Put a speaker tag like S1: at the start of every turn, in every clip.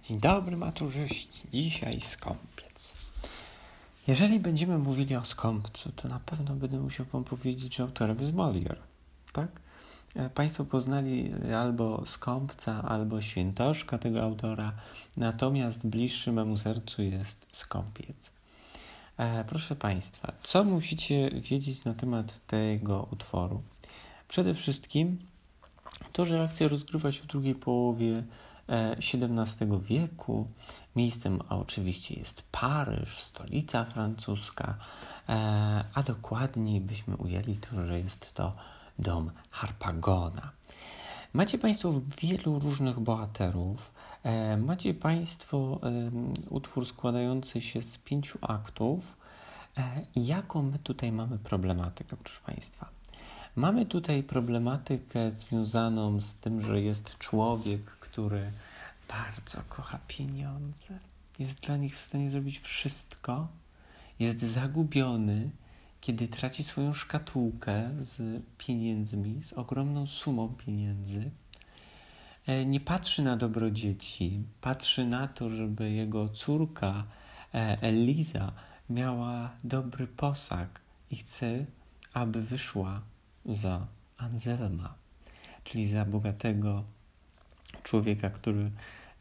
S1: Dzień dobry maturzyści, dzisiaj skąpiec. Jeżeli będziemy mówili o skąpcu, to na pewno będę musiał wam powiedzieć, że autorem jest Molière, tak? Państwo poznali albo skąpca, albo świętoszka tego autora, natomiast bliższy memu sercu jest skąpiec. Proszę państwa, co musicie wiedzieć na temat tego utworu? Przede wszystkim to, że akcja rozgrywa się w drugiej połowie XVII wieku. Miejscem oczywiście jest Paryż, stolica francuska, a dokładniej byśmy ujęli to, że jest to dom Harpagona. Macie Państwo wielu różnych bohaterów. Macie Państwo utwór składający się z 5 aktów. Jaką my tutaj mamy problematykę, proszę Państwa? Mamy tutaj problematykę związaną z tym, że jest człowiek, który bardzo kocha pieniądze. Jest dla nich w stanie zrobić wszystko. Jest zagubiony, kiedy traci swoją szkatułkę z pieniędzmi, z ogromną sumą pieniędzy. Nie patrzy na dobro dzieci. Patrzy na to, żeby jego córka Eliza miała dobry posag i chce, aby wyszła za Anselma, czyli za bogatego człowieka, który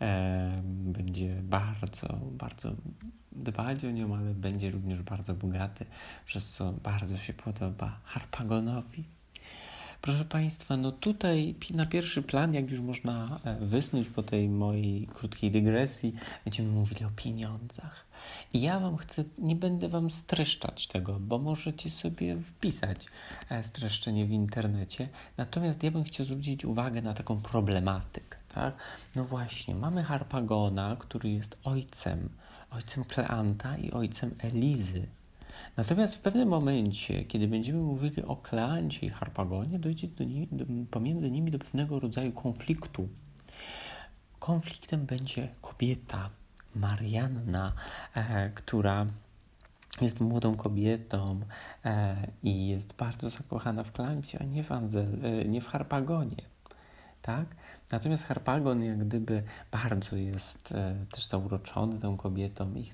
S1: będzie bardzo dbać o nią, ale będzie również bardzo bogaty, przez co bardzo się podoba Harpagonowi. Proszę Państwa, no tutaj na pierwszy plan, jak już można wysnuć po tej mojej krótkiej dygresji, będziemy mówili o pieniądzach. I ja nie będę Wam streszczać tego, bo możecie sobie wpisać streszczenie w internecie. Natomiast ja bym chciał zwrócić uwagę na taką problematykę, tak? No właśnie, mamy Harpagona, który jest ojcem Kleanta i ojcem Elizy. Natomiast w pewnym momencie, kiedy będziemy mówili o Kleancie i Harpagonie, dojdzie pomiędzy nimi do pewnego rodzaju konfliktu. Konfliktem będzie kobieta, Marianna, która jest młodą kobietą i jest bardzo zakochana w Kleancie, a nie w Harpagonie. Tak? Natomiast Harpagon jak gdyby bardzo jest też zauroczony tą kobietą i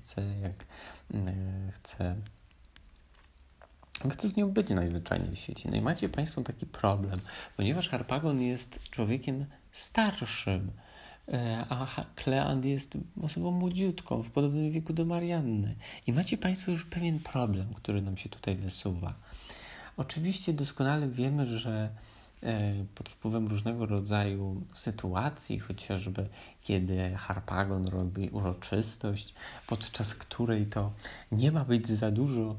S1: chce z nią być najzwyczajniej w świecie. No i macie Państwo taki problem, ponieważ Harpagon jest człowiekiem starszym, a Kleant jest osobą młodziutką, w podobnym wieku do Marianny. I macie Państwo już pewien problem, który nam się tutaj wysuwa. Oczywiście doskonale wiemy, że pod wpływem różnego rodzaju sytuacji, chociażby kiedy Harpagon robi uroczystość, podczas której to nie ma być za dużo,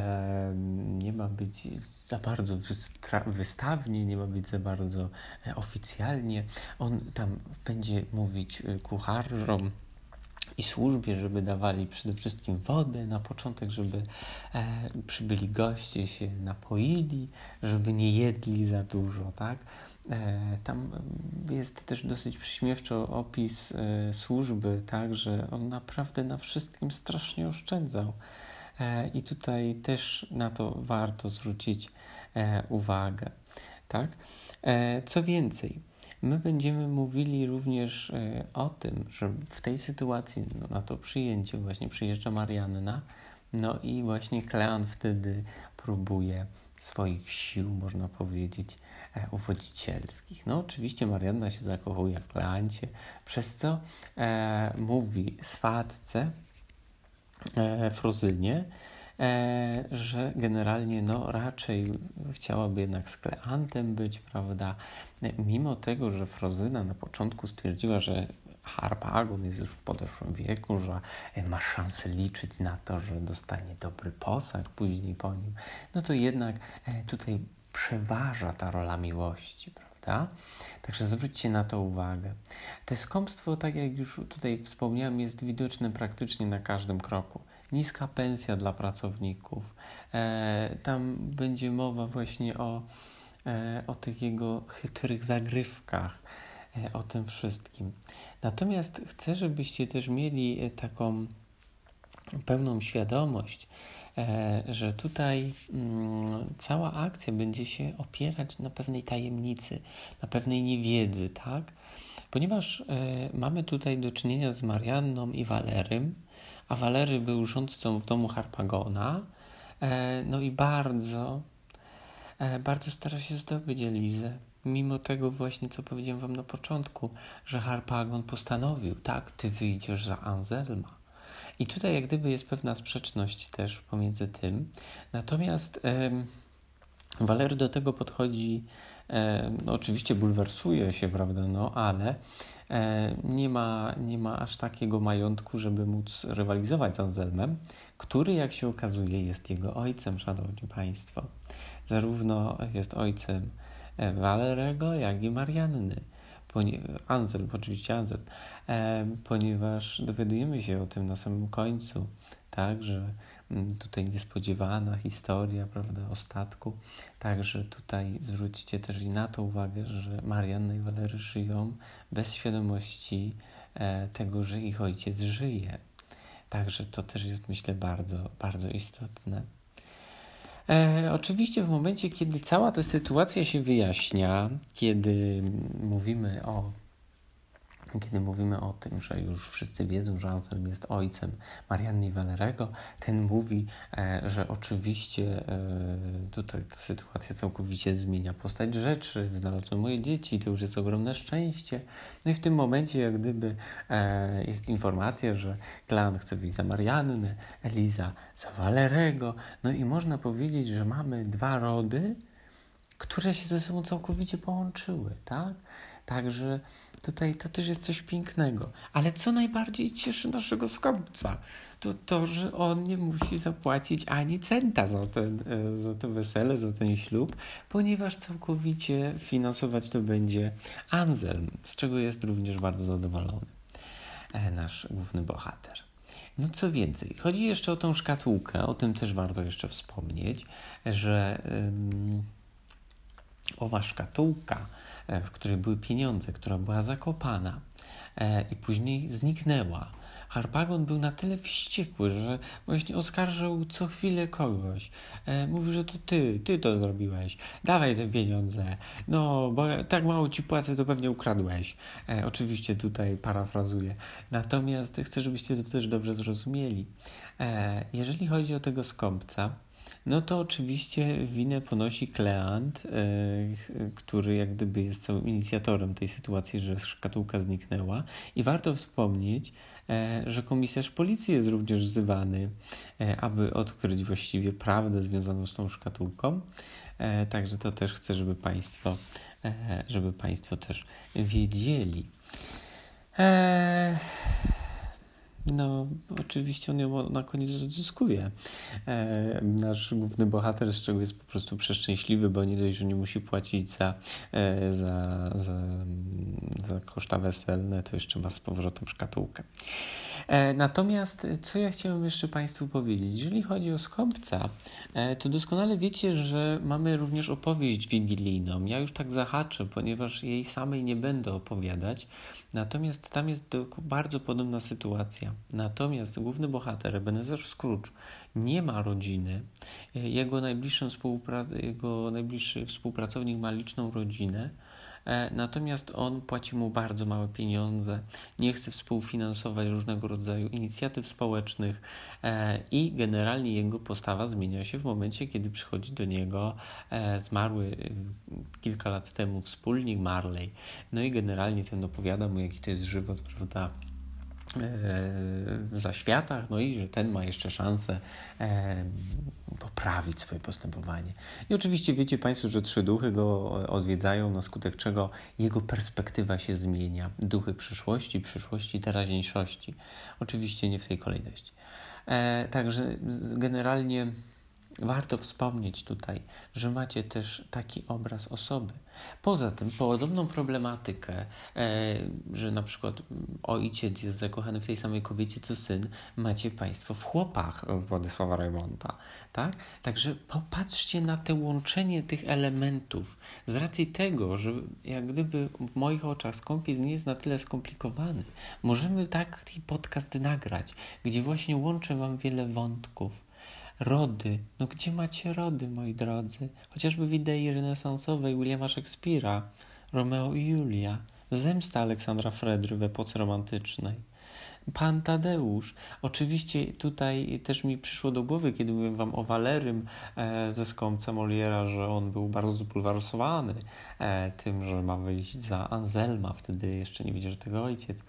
S1: nie ma być za bardzo wystawnie, nie ma być za bardzo oficjalnie. On tam będzie mówić kucharzom i służbie, żeby dawali przede wszystkim wodę na początek, żeby przybyli goście się napoili, żeby nie jedli za dużo, tak? Tam jest też dosyć przyśmiewczo opis służby, tak, że on naprawdę na wszystkim strasznie oszczędzał. I tutaj też na to warto zwrócić uwagę, tak? Co więcej, my będziemy mówili również o tym, że w tej sytuacji na to przyjęcie właśnie przyjeżdża Marianna, no i właśnie Kleant wtedy próbuje swoich sił, można powiedzieć, uwodzicielskich. No oczywiście Marianna się zakochuje w Kleancie, przez co mówi swatce Frozynie, że generalnie raczej chciałaby jednak z Kleantem być, prawda? Mimo tego, że Frozyna na początku stwierdziła, że Harpagon jest już w podeszłym wieku, że ma szansę liczyć na to, że dostanie dobry posag później po nim, no to jednak tutaj przeważa ta rola miłości, prawda? Także zwróćcie na to uwagę. To skąpstwo, tak jak już tutaj wspomniałem, jest widoczne praktycznie na każdym kroku. Niska pensja dla pracowników. Tam będzie mowa właśnie o tych jego chytrych zagrywkach, o tym wszystkim. Natomiast chcę, żebyście też mieli taką pełną świadomość, że tutaj cała akcja będzie się opierać na pewnej tajemnicy, na pewnej niewiedzy, tak? ponieważ mamy tutaj do czynienia z Marianną i Walerym, a Walery był rządcą w domu Harpagona, no i bardzo stara się zdobyć Elizę. Mimo tego właśnie, co powiedziałem wam na początku, że Harpagon postanowił, tak, ty wyjdziesz za Anselma. I tutaj jak gdyby jest pewna sprzeczność też pomiędzy tym. Natomiast Walery do tego podchodzi, no oczywiście bulwersuje się, prawda, no ale nie ma aż takiego majątku, żeby móc rywalizować z Anselmem, który, jak się okazuje, jest jego ojcem, szanowni państwo. Zarówno jest ojcem Walerego, jak i Marianny. Oczywiście Anselm, ponieważ dowiadujemy się o tym na samym końcu, tak, że tutaj niespodziewana historia, prawda, o statku. Także tutaj zwróćcie też i na to uwagę, że Marianna i Walery żyją bez świadomości tego, że ich ojciec żyje. Także to też jest, myślę, bardzo, bardzo istotne. Oczywiście w momencie, kiedy cała ta sytuacja się wyjaśnia, kiedy mówimy o tym, że już wszyscy wiedzą, że Anselm jest ojcem Marianny i Walerego, ten mówi, że oczywiście tutaj ta sytuacja całkowicie zmienia postać rzeczy, znalazłem moje dzieci, to już jest ogromne szczęście. No i w tym momencie jak gdyby jest informacja, że Kleon chce wyjść za Mariannę, Eliza za Walerego, no i można powiedzieć, że mamy dwa rody, które się ze sobą całkowicie połączyły, tak? Także tutaj to też jest coś pięknego. Ale co najbardziej cieszy naszego skarbca, to to, że on nie musi zapłacić ani centa za to wesele, za ten ślub, ponieważ całkowicie finansować to będzie Anselm, z czego jest również bardzo zadowolony nasz główny bohater. No co więcej, chodzi jeszcze o tą szkatułkę, o tym też warto jeszcze wspomnieć, że owa szkatułka, w której były pieniądze, która była zakopana i później zniknęła. Harpagon był na tyle wściekły, że właśnie oskarżał co chwilę kogoś. Mówił, że to ty to zrobiłeś. Dawaj te pieniądze. No, bo tak mało ci płacę, to pewnie ukradłeś. Oczywiście tutaj parafrazuję. Natomiast chcę, żebyście to też dobrze zrozumieli. Jeżeli chodzi o tego skąpca, no to oczywiście winę ponosi Kleant, który jak gdyby jest całym inicjatorem tej sytuacji, że szkatułka zniknęła. I warto wspomnieć, że komisarz policji jest również wzywany, aby odkryć właściwie prawdę związaną z tą szkatułką. Także to też chcę, żeby Państwo też wiedzieli. No, oczywiście on ją na koniec odzyskuje. Nasz główny bohater, z czego jest po prostu przeszczęśliwy, bo nie dość, że nie musi płacić za koszta weselne, to jeszcze ma z powrotem szkatułkę. Natomiast, co ja chciałem jeszcze Państwu powiedzieć? Jeżeli chodzi o skąpca, to doskonale wiecie, że mamy również opowieść wigilijną. Ja już tak zahaczę, ponieważ jej samej nie będę opowiadać. Natomiast tam jest bardzo podobna sytuacja. Natomiast główny bohater, Ebenezer Scrooge, nie ma rodziny. Jego najbliższy współpracownik ma liczną rodzinę. Natomiast on płaci mu bardzo małe pieniądze, nie chce współfinansować różnego rodzaju inicjatyw społecznych i generalnie jego postawa zmienia się w momencie, kiedy przychodzi do niego zmarły kilka lat temu wspólnik Marley. No i generalnie ten opowiada mu, jaki to jest żywot, prawda, w zaświatach, no i że ten ma jeszcze szansę poprawić swoje postępowanie. I oczywiście wiecie Państwo, że 3 duchy go odwiedzają, na skutek czego jego perspektywa się zmienia. Duchy przyszłości, teraźniejszości. Oczywiście nie w tej kolejności. Także generalnie warto wspomnieć tutaj, że macie też taki obraz osoby. Poza tym podobną problematykę, że na przykład ojciec jest zakochany w tej samej kobiecie co syn, macie Państwo w Chłopach Władysława Reymonta. Tak? Także popatrzcie na te łączenie tych elementów. Z racji tego, że jak gdyby w moich oczach skąpiec nie jest na tyle skomplikowany, możemy taki podcast nagrać, gdzie właśnie łączę Wam wiele wątków. Rody. No gdzie macie rody, moi drodzy? Chociażby w idei renesansowej Williama Shakespeare'a, Romeo i Julia. Zemsta Aleksandra Fredry w epoce romantycznej. Pan Tadeusz. Oczywiście tutaj też mi przyszło do głowy, kiedy mówiłem wam o Walerym ze Skąpca Moliera, że on był bardzo zbulwersowany tym, że ma wyjść za Anselma. Wtedy jeszcze nie wiedział, że tego ojciec.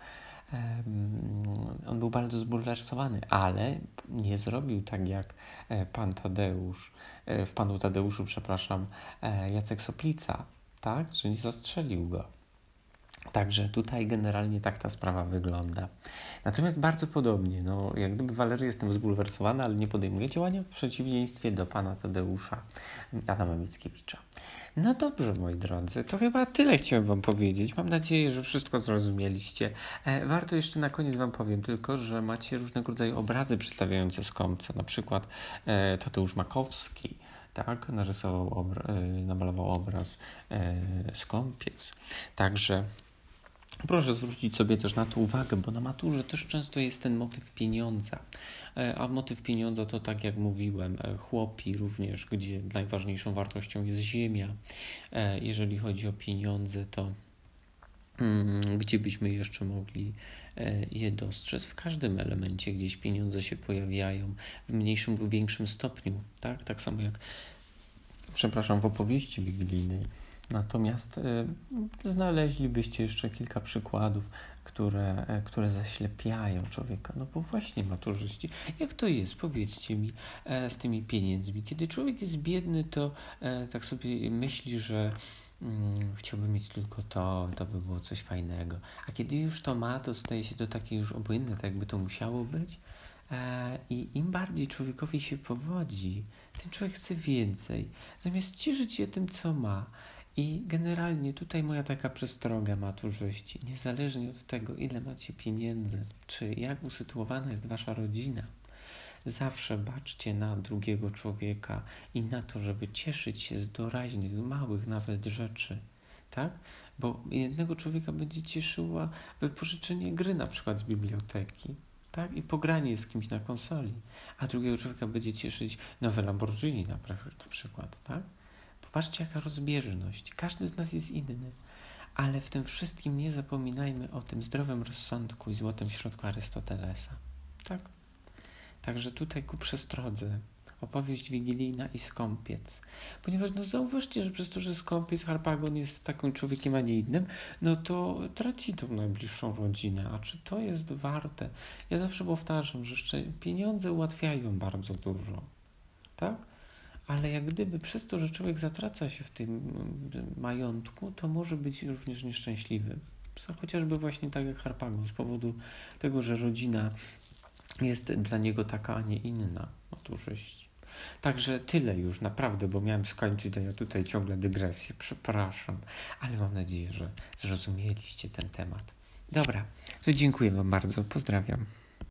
S1: On był bardzo zbulwersowany, ale nie zrobił tak jak pan Tadeusz, w panu Tadeuszu, Jacek Soplica, tak? Że nie zastrzelił go. Także tutaj generalnie tak ta sprawa wygląda. Natomiast bardzo podobnie, jak gdyby Walery jestem zbulwersowany, ale nie podejmuje działania w przeciwieństwie do pana Tadeusza Adama Mickiewicza. No dobrze, moi drodzy, to chyba tyle chciałem wam powiedzieć. Mam nadzieję, że wszystko zrozumieliście. Warto jeszcze na koniec wam powiem tylko, że macie różnego rodzaju obrazy przedstawiające Skąpca. Na przykład Tadeusz Makowski, tak, namalował obraz Skąpiec. Także proszę zwrócić sobie też na to uwagę, bo na maturze też często jest ten motyw pieniądza. A motyw pieniądza to, tak jak mówiłem, chłopi również, gdzie najważniejszą wartością jest ziemia. Jeżeli chodzi o pieniądze, to gdzie byśmy jeszcze mogli je dostrzec? W każdym elemencie gdzieś pieniądze się pojawiają w mniejszym lub większym stopniu. Tak samo jak, w opowieści wigilijnej. Natomiast znaleźlibyście jeszcze kilka przykładów, które zaślepiają człowieka. No bo właśnie, maturzyści, jak to jest? Powiedzcie mi z tymi pieniędzmi. Kiedy człowiek jest biedny, to tak sobie myśli, że chciałbym mieć tylko to by było coś fajnego. A kiedy już to ma, to staje się to takie już obojętne, tak jakby to musiało być. I im bardziej człowiekowi się powodzi, tym człowiek chce więcej. Zamiast cieszyć się tym, co ma. I generalnie tutaj moja taka przestroga, maturzyści, niezależnie od tego, ile macie pieniędzy, czy jak usytuowana jest wasza rodzina, zawsze baczcie na drugiego człowieka i na to, żeby cieszyć się z doraźnych, małych nawet rzeczy, tak? Bo jednego człowieka będzie cieszyła wypożyczenie gry na przykład z biblioteki, tak? I pogranie z kimś na konsoli, a drugiego człowieka będzie cieszyć nowe Lamborghini na przykład, tak? Popatrzcie, jaka rozbieżność. Każdy z nas jest inny, ale w tym wszystkim nie zapominajmy o tym zdrowym rozsądku i złotym środku Arystotelesa. Tak? Także tutaj ku przestrodze opowieść wigilijna i Skąpiec. Ponieważ zauważcie, że przez to, że Skąpiec, Harpagon jest takim człowiekiem, a nie innym, to traci tą najbliższą rodzinę. A czy to jest warte? Ja zawsze powtarzam, że jeszcze pieniądze ułatwiają bardzo dużo. Tak? Ale jak gdyby przez to, że człowiek zatraca się w tym majątku, to może być również nieszczęśliwy. Chociażby właśnie tak jak Harpagon, z powodu tego, że rodzina jest dla niego taka, a nie inna, maturzyści. Także tyle już, naprawdę, bo miałem skończyć, a ja tutaj ciągle dygresję, przepraszam, ale mam nadzieję, że zrozumieliście ten temat. Dobra, to dziękuję wam bardzo, pozdrawiam.